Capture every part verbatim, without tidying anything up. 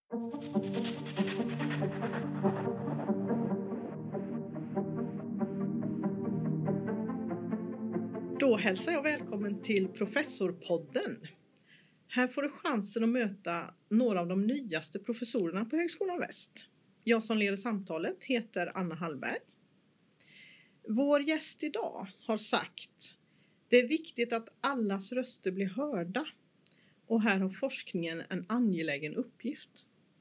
Då hälsar jag välkommen till Professorpodden. Här får du chansen att möta några av de nyaste professorerna på Högskolan Väst. Jag som leder samtalet heter Anna Hallberg. Vår gäst idag har sagt: det är viktigt att allas röster blir hörda. Och här har forskningen en angelägen uppgift.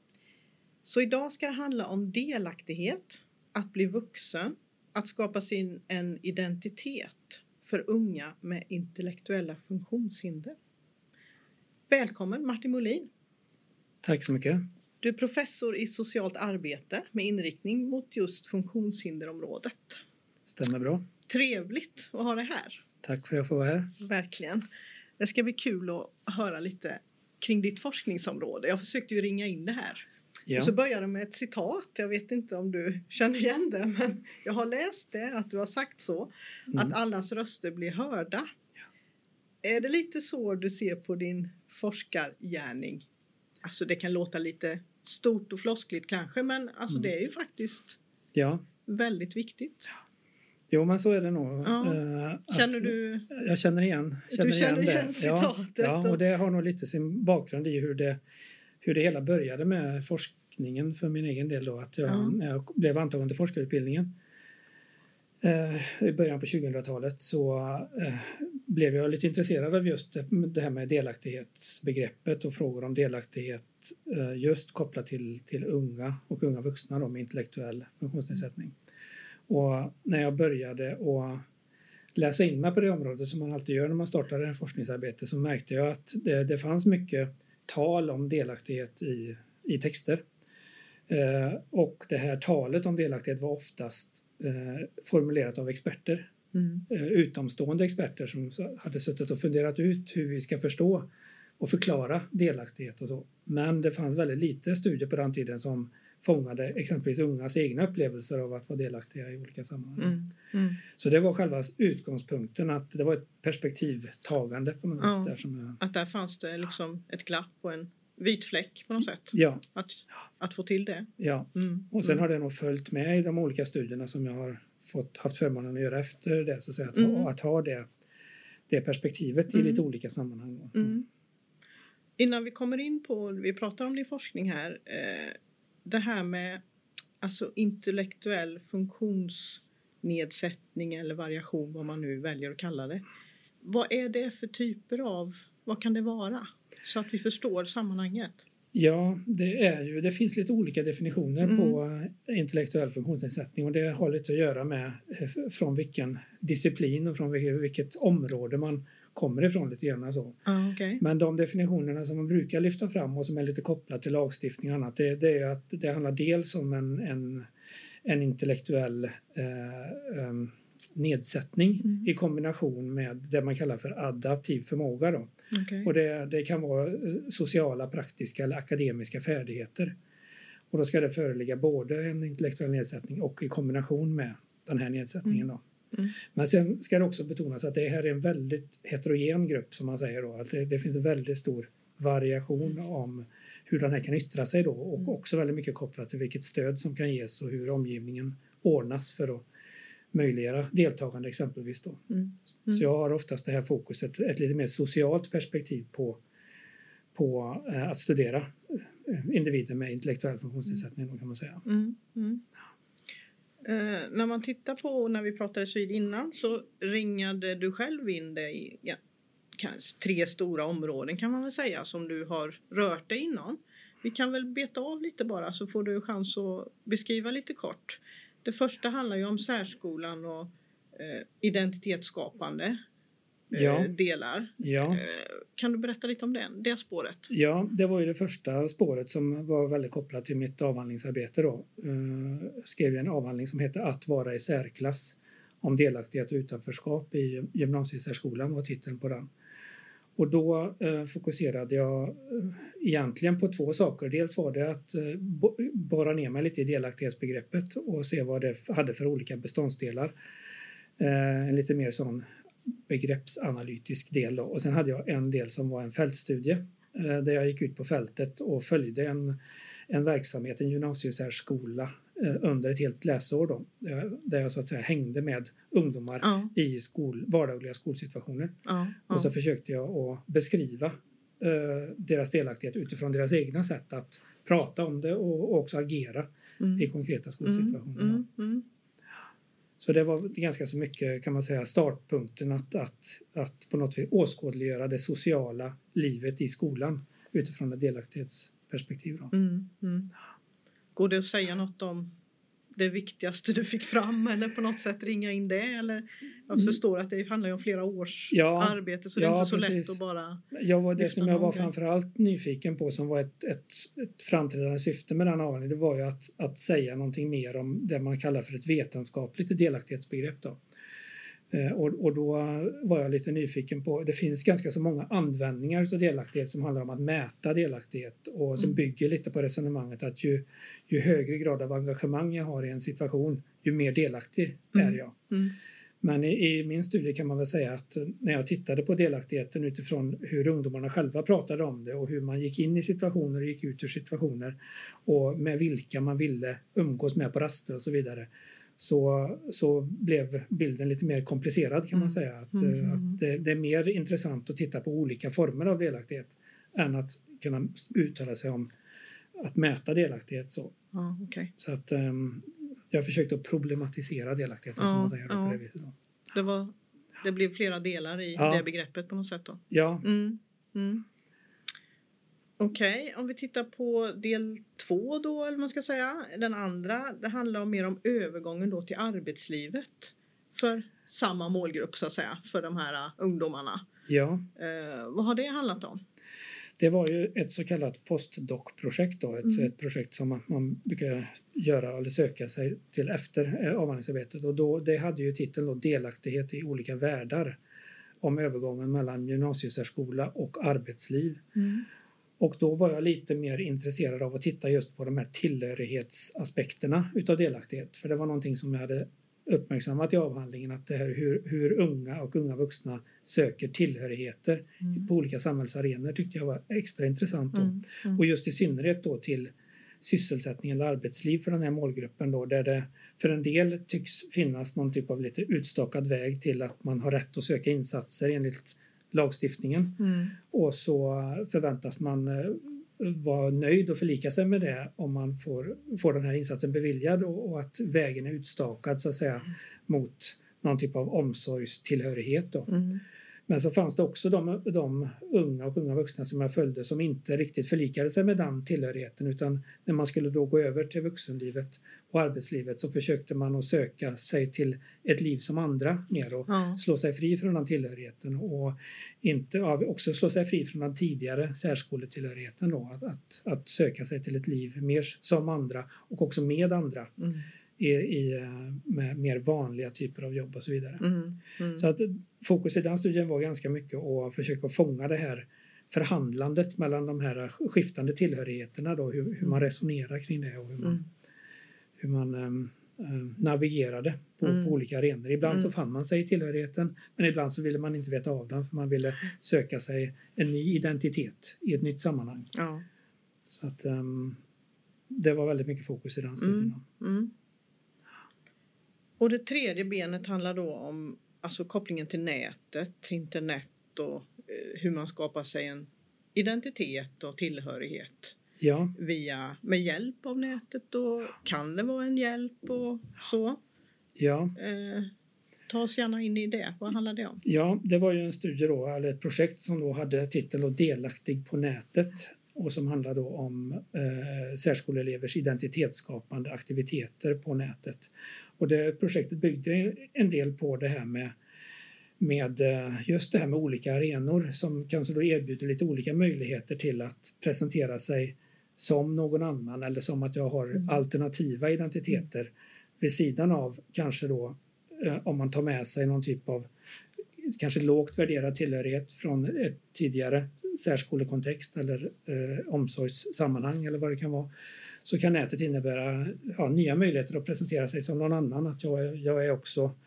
Så idag ska det handla om delaktighet, att bli vuxen, att skapa sin en identitet för unga med intellektuella funktionshinder. Välkommen Martin Molin. Tack så mycket. Du är professor i socialt arbete med inriktning mot just funktionshinderområdet. Stämmer bra. Trevligt att ha dig här. Tack för att jag får vara här. Verkligen. Det ska bli kul att höra lite kring ditt forskningsområde. Jag försökte ju ringa in det här. Ja. Och så började med ett citat. Jag vet inte om du känner igen det, men jag har läst det, att du har sagt så. Mm. Att allas röster blir hörda. Ja. Är det lite så du ser på din forskargärning? Alltså det kan låta lite stort och floskligt kanske, men alltså mm. det är ju faktiskt ja. väldigt viktigt. Jo, men så är det nog. Ja. Uh, känner du? Jag känner igen, känner du känner igen, igen det. citatet. Ja, ja, och det har nog lite sin bakgrund i hur det, hur det hela började med forskningen för min egen del då. Att jag, ja. när jag blev antagen till forskarutbildningen uh, i början på tjugohundratalet så uh, blev jag lite intresserad av just det här med delaktighetsbegreppet och frågor om delaktighet uh, just kopplat till, till unga och unga vuxna då med intellektuell funktionsnedsättning. Och när jag började att läsa in mig på det området som man alltid gör när man startar en forskningsarbete, så märkte jag att det, det fanns mycket tal om delaktighet i, i texter. Eh, och det här talet om delaktighet var oftast eh, formulerat av experter. Mm. Eh, utomstående experter som hade suttit och funderat ut hur vi ska förstå och förklara delaktighet och så. Men det fanns väldigt lite studier på den tiden som fångade exempelvis ungas egna upplevelser av att vara delaktiga i olika sammanhang. Mm. Mm. Så det var själva utgångspunkten, att det var ett perspektivtagande på något ja, vis. Där som jag... Att där fanns det liksom ett glapp och en vit fläck på något sätt. Ja. Att, att få till det. Ja, mm. och sen mm. har det nog följt med i de olika studierna som jag har fått, haft förmånen att göra efter det. Så att, säga, att, mm. ha, att ha det, det perspektivet mm. i lite olika sammanhang. Mm. Innan vi kommer in på, vi pratar om din forskning här, eh, det här med alltså intellektuell funktionsnedsättning eller variation, vad man nu väljer att kalla det. Vad är det för typer av, vad kan det vara? Så att vi förstår sammanhanget. Ja, det är ju, det finns lite olika definitioner mm. på intellektuell funktionsnedsättning, och det har lite att göra med från vilken disciplin och från vilket område man kommer ifrån lite grann så. Ah, okay. Men de definitionerna som man brukar lyfta fram och som är lite kopplat till lagstiftning och annat, det, det är att det handlar dels om en, en, en intellektuell eh, um, nedsättning mm. i kombination med det man kallar för adaptiv förmåga då. Okay. Och det, det kan vara sociala, praktiska eller akademiska färdigheter. Och då ska det föreligga både en intellektuell nedsättning och i kombination med den här nedsättningen då. Mm. Men sen ska det också betonas att det här är en väldigt heterogen grupp, som man säger då. Att det, det finns en väldigt stor variation om hur den här kan yttra sig då, och mm. också väldigt mycket kopplat till vilket stöd som kan ges och hur omgivningen ordnas för att möjliggöra deltagande exempelvis då. Mm. Mm. Så jag har oftast det här fokuset, ett lite mer socialt perspektiv på, på eh, att studera eh, individer med intellektuell funktionsnedsättning mm. kan man säga. Mm. Mm. Uh, när man tittar på, när vi pratade syd innan, så ringade du själv in dig i ja, kanske tre stora områden kan man väl säga som du har rört dig inom. Vi kan väl beta av lite bara, så får du chans att beskriva lite kort. Det första handlar ju om särskolan och eh, identitetsskapande eh, ja. delar. Ja. Eh, kan du berätta lite om den, det spåret? Ja, det var ju det första spåret som var väldigt kopplat till mitt avhandlingsarbete då. Eh, skrev jag en avhandling som heter Att vara i särklass, om delaktighet och utanförskap i gymnasiesärskolan var titeln på den. Och då eh, fokuserade jag eh, egentligen på två saker. Dels var det att eh, borra ner mig lite i delaktighetsbegreppet och se vad det hade för olika beståndsdelar. Eh, en lite mer sån begreppsanalytisk del då. Och sen hade jag en del som var en fältstudie eh, där jag gick ut på fältet och följde en, en verksamhet, en gymnasiesärskola eh, under ett helt läsår då, där jag så att säga hängde med ungdomar ja. i skol, vardagliga skolsituationer. Ja, ja. Och så försökte jag att beskriva eh, deras delaktighet utifrån deras egna sätt att prata om det och, och också agera mm. i konkreta skolsituationer. Mm, mm, mm. Så det var ganska så mycket, kan man säga, startpunkten att, att, att på något vis åskådliggöra det sociala livet i skolan utifrån ett delaktighetsperspektiv. Då. Mm, mm. Går det att säga något om det viktigaste du fick fram eller på något sätt ringa in det? Eller, jag förstår att det handlar ju om flera års ja, arbete så det är ja, inte så precis. lätt att bara... Jag var det som jag var grej. framförallt nyfiken på som var ett, ett, ett framträdande syfte med den avhandlingen, det var ju att, att säga någonting mer om det man kallar för ett vetenskapligt delaktighetsbegrepp. Då. Eh, och, och då var jag lite nyfiken på, det finns ganska så många användningar av delaktighet som handlar om att mäta delaktighet och som mm. bygger lite på resonemanget att ju, ju högre grad av engagemang jag har i en situation, ju mer delaktig mm. är jag. Mm. Men i, i min studie kan man väl säga att när jag tittade på delaktigheten utifrån hur ungdomarna själva pratade om det och hur man gick in i situationer och gick ut ur situationer och med vilka man ville umgås med på raster och så vidare, så, så blev bilden lite mer komplicerad kan man säga. Att, mm. att det, det är mer intressant att titta på olika former av delaktighet än att kunna uttala sig om att mäta delaktighet. Så, ja, okay. så att um, jag försökte att problematisera delaktigheten ja, som man säger ja. på det viset. Då. Det, var, det blev flera delar i ja. det begreppet på något sätt då? Ja. Mm. Mm. Okej, okay. Om vi tittar på del två då, eller man ska säga, den andra, det handlar om mer om övergången då till arbetslivet för samma målgrupp så att säga, för de här uh, ungdomarna. Ja. Uh, vad har det handlat om? Det var ju ett så kallat postdoc-projekt då, ett, mm. ett projekt som man, man brukar göra eller söka sig till efter eh, avhandlingsarbetet. Och då, det hade ju titeln då delaktighet i olika världar om övergången mellan gymnasiesärskola och arbetsliv. Mm. Och då var jag lite mer intresserad av att titta just på de här tillhörighetsaspekterna utav delaktighet. För det var någonting som jag hade uppmärksammat i avhandlingen, att det här hur, hur unga och unga vuxna söker tillhörigheter mm. på olika samhällsarenor tyckte jag var extra intressant. Då. Mm. Mm. Och just i synnerhet då till sysselsättning eller arbetsliv för den här målgruppen då, där det för en del tycks finnas någon typ av lite utstakad väg till att man har rätt att söka insatser enligt lagstiftningen. Mm. Och så förväntas man vara nöjd och förlika sig med det om man får, får den här insatsen beviljad och, och att vägen är utstakad så att säga mm. mot någon typ av omsorgstillhörighet då. Mm. Men så fanns det också de, de unga och unga vuxna som jag följde som inte riktigt förlikade sig med den tillhörigheten, utan när man skulle då gå över till vuxenlivet och arbetslivet så försökte man att söka sig till ett liv som andra mer och ja. slå sig fri från den tillhörigheten och inte, ja, också slå sig fri från den tidigare särskoletillhörigheten då, att, att, att söka sig till ett liv mer som andra och också med andra. Mm. I, i, med mer vanliga typer av jobb och så vidare. Mm, mm. Så att fokus i den studien var ganska mycket att försöka fånga det här förhandlandet mellan de här skiftande tillhörigheterna då, hur, hur man resonerar kring det och hur man, mm. hur man um, um, navigerade på, mm. på olika arenor. Ibland mm. så fann man sig i tillhörigheten, men ibland så ville man inte veta av den för man ville söka sig en ny identitet i ett nytt sammanhang. Ja. Så att um, det var väldigt mycket fokus i den studien. Mm. Mm. Och det tredje benet handlar då om alltså kopplingen till nätet, internet och eh, hur man skapar sig en identitet och tillhörighet ja. via, med hjälp av nätet. Och kan det vara en hjälp och så? Ja. Eh, ta oss gärna in i det. Vad handlar det om? Ja, det var ju en studie då, eller ett projekt som då hade titeln då Delaktig på nätet. Och som handlar då om eh, särskoleelevers identitetsskapande aktiviteter på nätet. Och det projektet byggde en del på det här med, med just det här med olika arenor som kanske då erbjuder lite olika möjligheter till att presentera sig som någon annan eller som att jag har mm. alternativa identiteter mm. vid sidan av kanske då eh, om man tar med sig någon typ av kanske lågt värderad tillhörighet från ett tidigare särskolekontext eller eh, omsorgssammanhang eller vad det kan vara, så kan nätet innebära ja, nya möjligheter att presentera sig som någon annan. Att jag är, jag är också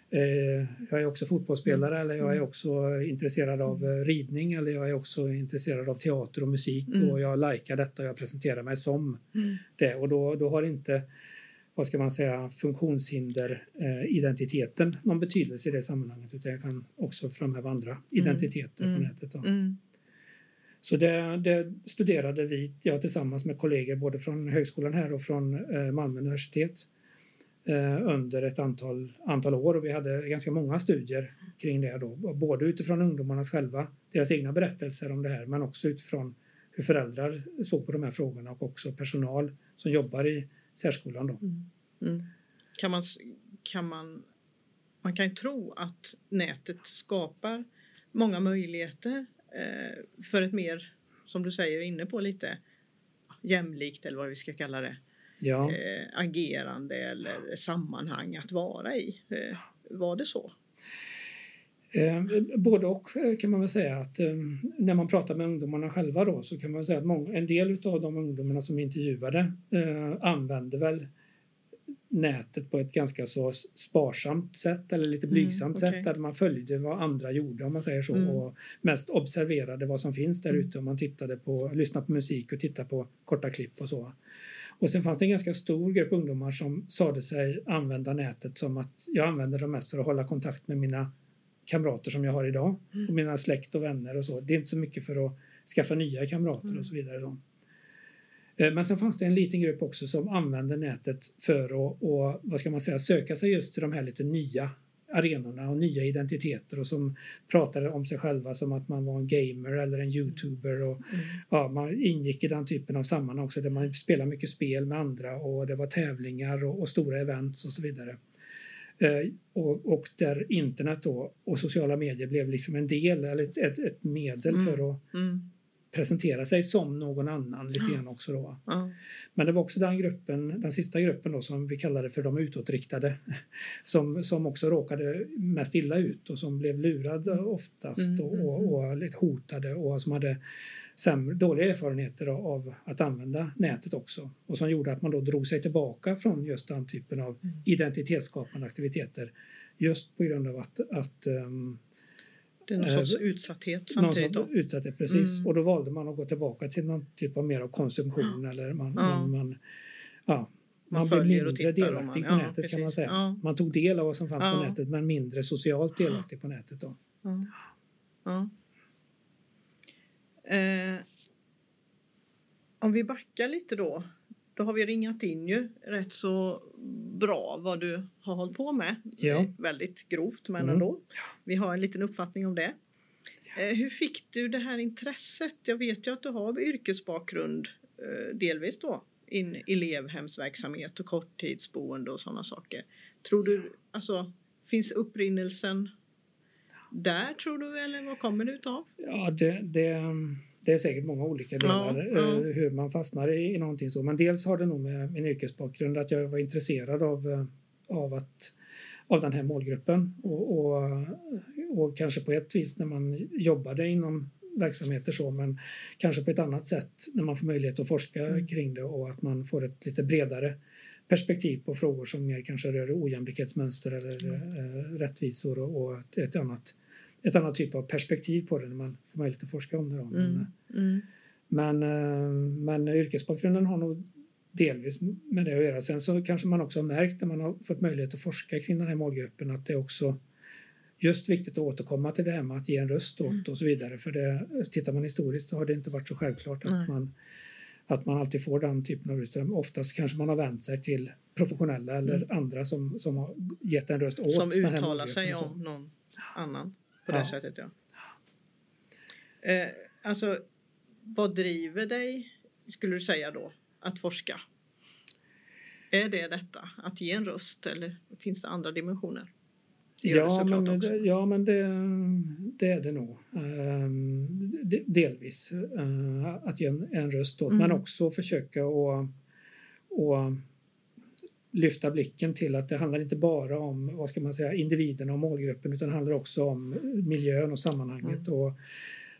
Eh, jag är också fotbollsspelare Mm. eller jag är också intresserad av eh, ridning eller jag är också intresserad av teater och musik Mm. och jag likar detta och jag presenterar mig som Mm. det. Och då, då har inte, vad ska man säga, funktionshinder, eh, identiteten någon betydelse i det sammanhanget, utan jag kan också framhäva andra mm. identiteter mm. på nätet. Då. Mm. Så det, det studerade vi, jag tillsammans med kollegor både från högskolan här och från eh, Malmö universitet eh, under ett antal, antal år, och vi hade ganska många studier kring det då, både utifrån ungdomarnas själva, deras egna berättelser om det här, men också utifrån hur föräldrar såg på de här frågorna och också personal som jobbar i särskolan då. Mm. Mm. Kan man, kan man, man kan ju tro att nätet skapar många möjligheter eh, för ett mer, som du säger, inne på lite jämlikt eller vad vi ska kalla det, ja. eh, agerande eller sammanhang att vara i. Eh, var det så? Eh, både och kan man väl säga att eh, när man pratar med ungdomarna själva då, så kan man säga att många, en del av de ungdomarna som vi intervjuade eh, använde väl nätet på ett ganska så sparsamt sätt eller lite blygsamt mm, okay. sätt, där man följde vad andra gjorde, om man säger så, mm. och mest observerade vad som finns där ute, om man tittade på, lyssnade på musik och tittade på korta klipp och så. Och sen fanns det en ganska stor grupp ungdomar som sade sig använda nätet som att jag använder det mest för att hålla kontakt med mina kamrater som jag har idag och mina släkt och vänner och så. Det är inte så mycket för att skaffa nya kamrater mm. och så vidare då. Men sen fanns det en liten grupp också som använde nätet för att och, vad ska man säga, söka sig just till de här lite nya arenorna och nya identiteter, och som pratade om sig själva som att man var en gamer eller en youtuber, och mm. ja, man ingick i den typen av sammanhang också, där man spelar mycket spel med andra och det var tävlingar och, och stora events och så vidare. Eh, och, och där internet då och sociala medier blev liksom en del eller ett, ett, ett medel mm. för att mm. presentera sig som någon annan lite grann också då. Mm. Men det var också den gruppen, den sista gruppen då, som vi kallade för de utåtriktade, som, som också råkade mest illa ut och som blev lurade oftast mm. och, och, och lite hotade, och som hade sämre, dåliga erfarenheter av att använda nätet också, och som gjorde att man då drog sig tillbaka från just den typen av mm. identitetsskapande aktiviteter, just på grund av att, att um, det är någon sorts äh, utsatthet samtidigt då. Utsatthet, precis. Mm. Och då valde man att gå tillbaka till någon typ av mer av konsumtion. Ja. Eller man, ja. man, man, ja, man, man blev mindre delaktig man, på ja, nätet precis. Kan man säga. Ja. Man tog del av vad som fanns ja. på nätet, men mindre socialt delaktig på nätet då. Ja. Ja. Eh, om vi backar lite då. Då har vi ringat in ju rätt så bra vad du har hållit på med. Ja. Väldigt grovt, men mm. ändå. Vi har en liten uppfattning om det. Eh, hur fick du det här intresset? Jag vet ju att du har yrkesbakgrund eh, delvis då. In elevhemsverksamhet och korttidsboende och sådana saker. Tror du, alltså, finns upprinnelsen där, tror du, eller vad kommer det utav? Ja, det... det... Det är säkert många olika delar ja, ja. hur man fastnar i, i någonting så. Men dels har det nog med min yrkesbakgrund att jag var intresserad av, av, att, av den här målgruppen. Och, och, och kanske på ett vis när man jobbade inom verksamheter så, men kanske på ett annat sätt när man får möjlighet att forska mm. kring det, och att man får ett lite bredare perspektiv på frågor som mer kanske rör ojämlikhetsmönster eller mm. rättvisor och, och ett, ett annat ett annat typ av perspektiv på det när man får möjlighet att forska om det. Då. Men, mm. Mm. men, men yrkesbakgrunden har nog delvis med det att göra. Sen så kanske man också har märkt när man har fått möjlighet att forska kring den här målgruppen att det är också just viktigt att återkomma till det här med att ge en röst åt mm. och så vidare. För det, tittar man historiskt så har det inte varit så självklart att man, att man alltid får den typen av röst. Oftast kanske man har vänt sig till professionella eller mm. andra som, som har gett en röst åt som den här målgruppen. Som uttalar sig om någon annan. På det ja. sättet, ja. Eh, alltså, vad driver dig, skulle du säga då, att forska? Är det detta, att ge en röst, eller finns det andra dimensioner? Det ja, men, det, ja, men det, det är det nog. Um, de, delvis uh, att ge en, en röst åt, mm. men också försöka att och, lyfta blicken till att det handlar inte bara om, vad ska man säga, individen och målgruppen, utan det handlar också om miljön och sammanhanget mm. och,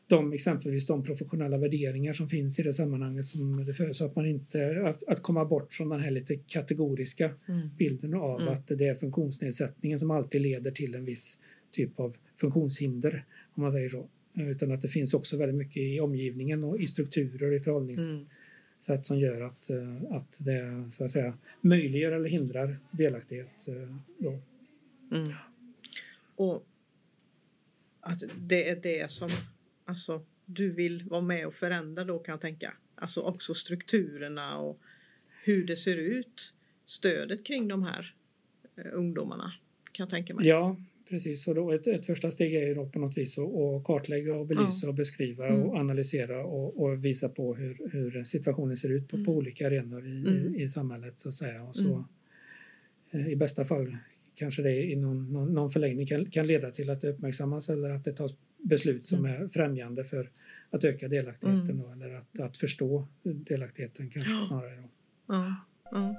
de exempelvis de professionella värderingar som finns i det sammanhanget som det för, så att man inte att, att komma bort från den här lite kategoriska mm. bilden av mm. att det är funktionsnedsättningen som alltid leder till en viss typ av funktionshinder, om man säger så, utan att det finns också väldigt mycket i omgivningen och i strukturer och i förhållningssätt mm. som gör att, att det, så att säga, möjliggör eller hindrar delaktighet då. Mm. Och att det är det som alltså, du vill vara med och förändra då, kan jag tänka. Alltså också strukturerna och hur det ser ut. Stödet kring de här eh, ungdomarna, kan jag tänka mig. Ja, precis. Och då ett, ett första steg är ju då på något vis att, att kartlägga och belysa ja. och beskriva mm. och analysera och, och visa på hur, hur situationen ser ut på, mm. på olika arenor i, mm. i, i samhället, så att säga. Och så, mm. eh, i bästa fall kanske det i någon, någon, någon förlängning kan, kan leda till att det uppmärksammas eller att det tas beslut som mm. är främjande för att öka delaktigheten mm. då, eller att, att förstå delaktigheten kanske ja. snarare då. Ja. Ja.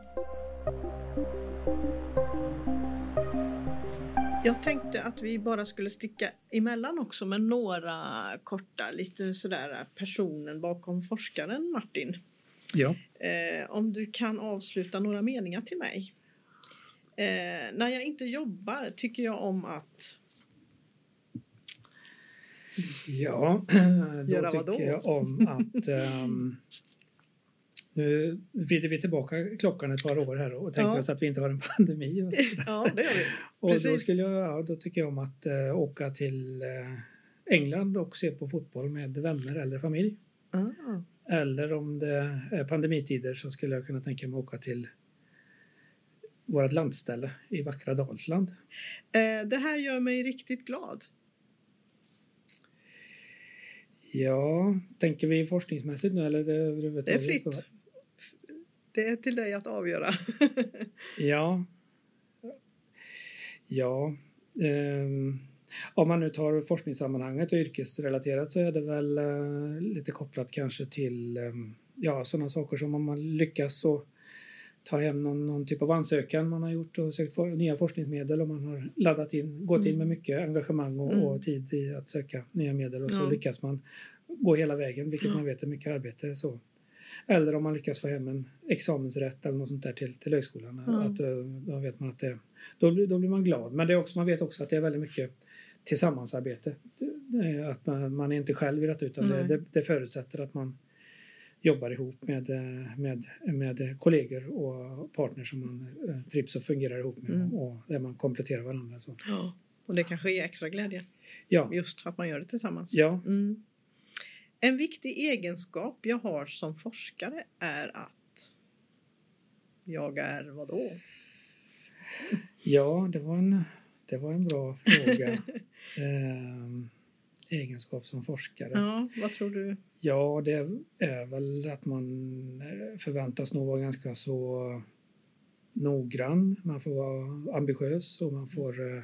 Jag tänkte att vi bara skulle sticka emellan också med några korta, lite sådär personen bakom forskaren, Martin. Ja. Eh, om du kan avsluta några meningar till mig. Eh, när jag inte jobbar tycker jag om att ja, då göra tycker vadå? jag om att um, nu vrider vi tillbaka klockan ett par år här och tänker ja. oss att vi inte har en pandemi. Och ja, det gör vi. Och då, skulle jag, ja, då tycker jag om att uh, åka till uh, England och se på fotboll med vänner eller familj. Mm. Eller om det är pandemitider så skulle jag kunna tänka mig att åka till vårt landställe i vackra Dalsland. Eh, det här gör mig riktigt glad. Ja, tänker vi forskningsmässigt nu eller det, det är fritt. Så? Det är till dig att avgöra. ja. Ja. Um, om man nu tar forskningssammanhanget och yrkesrelaterat så är det väl uh, lite kopplat kanske till um, ja, sådana saker som om man lyckas så ta hem någon, någon typ av ansökan man har gjort och sökt for, nya forskningsmedel och man har laddat in, gått in med mycket engagemang och, mm. och tid i att söka nya medel och så ja. lyckas man gå hela vägen, vilket ja. man vet är mycket arbete. Så. Eller om man lyckas få hem en examensrätt eller något sånt där till, till högskolan. Ja. Att, då vet man att det, då, då blir man glad. Men det är också, man vet också att det är väldigt mycket tillsammansarbete. Att man, man är inte själv i det utan det, det, det förutsätter att man jobbar ihop med, med, med kollegor och partners som man trivs och fungerar ihop med mm. och där man kompletterar varandra. Så. Ja, och det kanske ger extra glädje. Ja. Just att man gör det tillsammans. Ja. Mm. En viktig egenskap jag har som forskare är att jag är vadå? Ja, det var en, det var en bra fråga. ehm. egenskap som forskare. Ja, vad tror du? Ja, det är väl att man förväntas nog vara ganska så noggrann. Man får vara ambitiös och man får eh,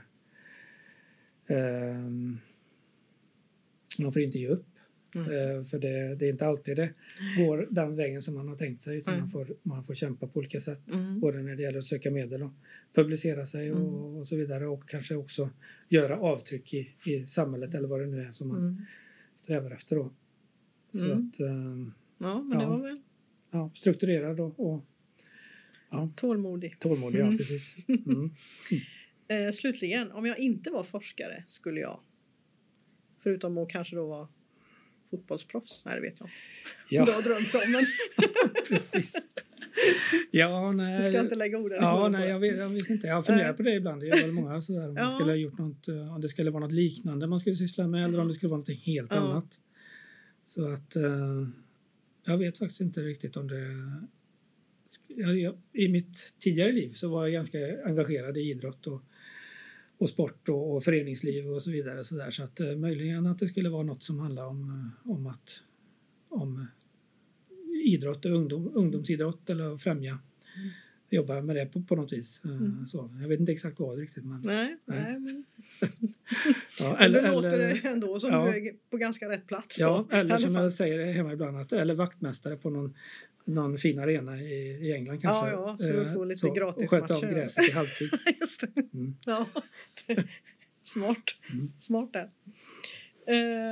eh, man får inte ge upp. Mm. Eh, för det, det är inte alltid det går den vägen som man har tänkt sig utan mm. man, får, man får kämpa på olika sätt. Mm. Både när det gäller att söka medel och publicera sig och, mm. och så vidare. Och kanske också göra avtryck i, i samhället eller vad det nu är som man mm. strävar efter då. Så mm. att... Eh, ja, men ja, det var väl... Ja, strukturerad och... och ja, tålmodig. Tålmodig, mm. ja, precis. Mm. Mm. Eh, slutligen, om jag inte var forskare skulle jag, förutom att kanske då vara fotbollsproffs, nej det vet jag inte. Ja. Du har drömt om den. Precis. Ja, nej. Du ska inte lägga orden. Ja, nej, jag vet, jag vet inte. Jag funderar på det ibland. Det är väl många sådär. Om, ja. man skulle ha gjort något, om det skulle vara något liknande man skulle syssla med eller om det skulle vara något helt ja. annat. Så att uh, jag vet faktiskt inte riktigt om det... Jag, jag, I mitt tidigare liv så var jag ganska engagerad i idrott och och sport och, och föreningsliv och så vidare så där så att uh, möjligen att det skulle vara något som handlar om uh, om att om idrott och ungdom, ungdomsidrott eller främja mm. jobba med det på, på något vis uh, mm. så jag vet inte exakt vad riktigt men nej, nej. nej men ja, eller det låter det ändå som ja. du är på ganska rätt plats ja då. Eller som jag säger hemma ibland att eller vaktmästare på någon någon fin arena i, i England kanske. Ja, ja, så du får lite så, gratis och sköta av gräset i halvtid. Just det. Mm. Ja. Smart. Mm. Smart där. Uh,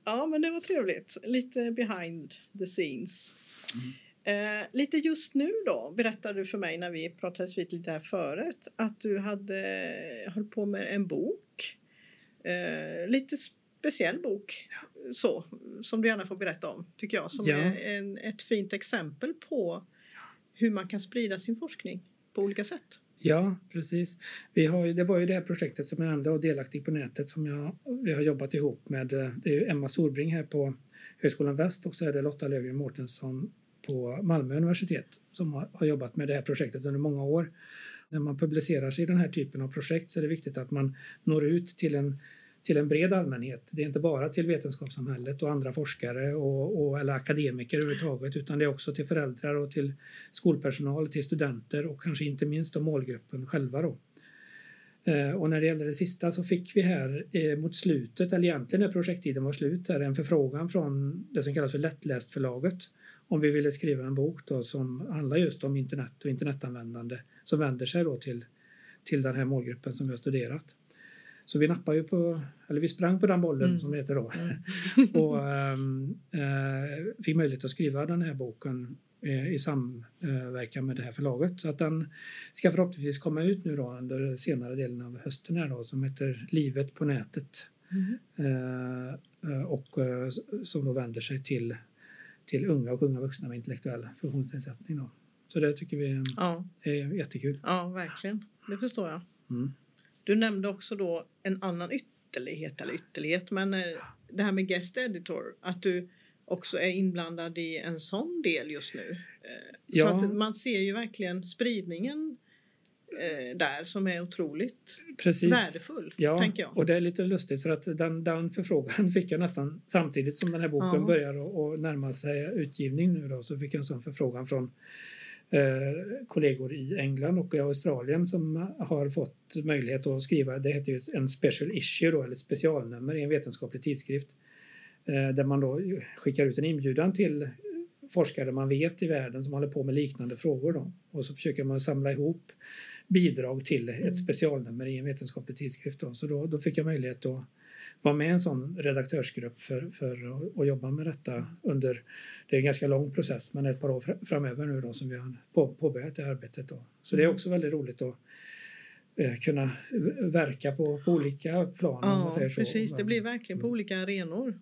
Ja, men det var trevligt. Lite behind the scenes. Mm. Eh, lite just nu då, berättade du för mig när vi pratades vid lite här förut, att du hade hållit på med en bok. Eh, lite speciell bok. Ja. Så, som du gärna får berätta om, tycker jag. Som ja. är en, ett fint exempel på hur man kan sprida sin forskning på olika sätt. Ja, precis. Vi har ju, det var ju det här projektet som jag nämnde och delaktig på nätet som jag, vi har jobbat ihop med. Det är Emma Sorbring här på Högskolan Väst och så är det Lotta Löfgren Mårtensson på Malmö universitet som har, har jobbat med det här projektet under många år. När man publicerar sig i den här typen av projekt så är det viktigt att man når ut till en, till en bred allmänhet. Det är inte bara till vetenskapssamhället och andra forskare och, och, eller akademiker överhuvudtaget, utan det är också till föräldrar och till skolpersonal, till studenter och kanske inte minst om målgruppen själva då. Eh, och när det gäller det sista så fick vi här eh, mot slutet, eller egentligen när projekttiden var slut, här, en förfrågan från det som kallas för Lättläst-förlaget om vi ville skriva en bok då som handlar just om internet och internetanvändande som vänder sig då till, till den här målgruppen som vi har studerat. Så vi nappade ju på, eller vi sprang på den bollen mm. som det heter då. Mm. och äh, fick möjlighet att skriva den här boken äh, i samverkan med det här förlaget. Så att den ska förhoppningsvis komma ut nu då under senare delen av hösten här då, som heter Livet på nätet. Mm. Äh, och äh, som då vänder sig till, till unga och unga vuxna med intellektuell funktionsnedsättning då. Så det tycker vi ja. är jättekul. Ja, verkligen. Det förstår jag. Mm. Du nämnde också då en annan ytterlighet, eller ytterlighet, men det här med guest editor, att du också är inblandad i en sån del just nu. Ja. Så att man ser ju verkligen spridningen där som är otroligt Precis. värdefull, ja, tänker jag. Och det är lite lustigt för att den, den förfrågan fick jag nästan samtidigt som den här boken ja. börjar och, och närma sig utgivning nu då, så fick jag en sån förfrågan från Eh, kollegor i England och i Australien som har fått möjlighet att skriva, det heter ju en special issue då, eller ett specialnummer i en vetenskaplig tidskrift eh, där man då skickar ut en inbjudan till forskare man vet i världen som håller på med liknande frågor då, och så försöker man samla ihop bidrag till ett mm. specialnummer i en vetenskaplig tidskrift då. Så då, då fick jag möjlighet att vara med i en sån redaktörsgrupp för, för att, att jobba med detta under, det är en ganska lång process men ett par år framöver nu då som vi har på, påbörjat det arbetet då. Så det är också väldigt roligt att eh, kunna verka på, på olika plan. Ja, om man säger så. Precis, det blir verkligen på olika arenor.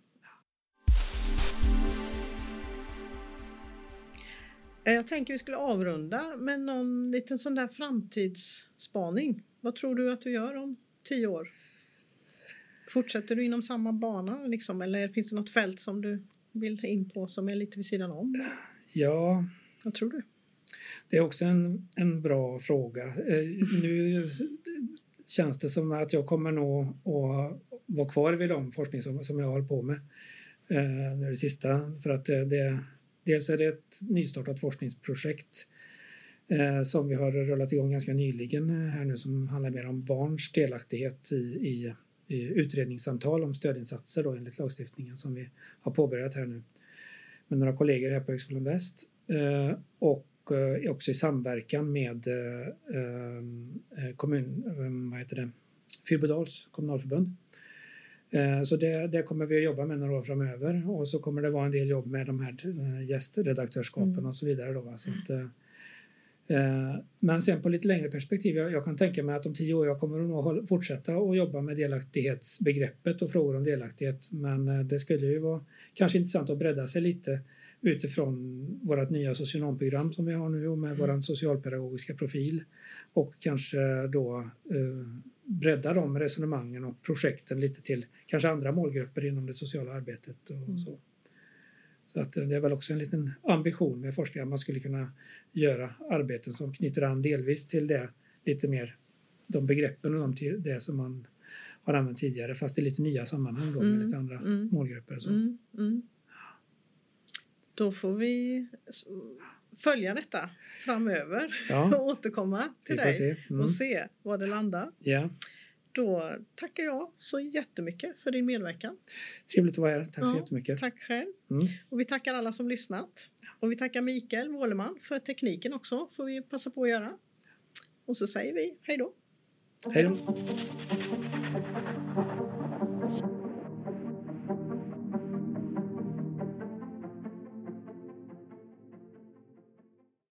Jag tänker vi skulle avrunda med någon liten sån där framtidsspaning. Vad tror du att du gör om tio år? Fortsätter du inom samma bana liksom, eller finns det något fält som du vill in på som är lite vid sidan om? Ja. Vad tror du? Det är också en, en bra fråga. Eh, nu känns det som att jag kommer nog att vara kvar vid de forskning som, som jag håller på med. Eh, nu är det sista. För att det, det, dels är det ett nystartat forskningsprojekt eh, som vi har rullat igång ganska nyligen här nu som handlar mer om barns delaktighet i, i utredningssamtal om stödinsatser då, enligt lagstiftningen som vi har påbörjat här nu med några kollegor här på Högskolan Väst eh, och eh, också i samverkan med eh, kommun, eh, vad heter det, Fyrbodals kommunalförbund. Eh, så det, det kommer vi att jobba med några år framöver och så kommer det vara en del jobb med de här eh, gästredaktörsskapen mm. och så vidare då. Så att, eh, men sen på lite längre perspektiv, jag, jag kan tänka mig att om tio år jag kommer nog hålla, fortsätta att jobba med delaktighetsbegreppet och frågor om delaktighet, men det skulle ju vara kanske intressant att bredda sig lite utifrån vårt nya socionomprogram som vi har nu och med mm. vår socialpedagogiska profil och kanske då eh, bredda de resonemangen och projekten lite till kanske andra målgrupper inom det sociala arbetet och mm. så. Så att det är väl också en liten ambition med forskning att man skulle kunna göra arbeten som knyter an delvis till det lite mer, de begreppen och de, det som man har använt tidigare fast i lite nya sammanhang då, med mm, lite andra mm, målgrupper. Och så. Mm, mm. Då får vi följa detta framöver ja. och återkomma till dig se. Mm. och se var det landar. Ja. Då tackar jag så jättemycket för din medverkan. Trevligt att vara här. Tack så ja, jättemycket. Tack själv. Mm. Och vi tackar alla som lyssnat. Och vi tackar Mikael Wåleman för tekniken också. Får vi passa på att göra. Och så säger vi hej då. Hej då.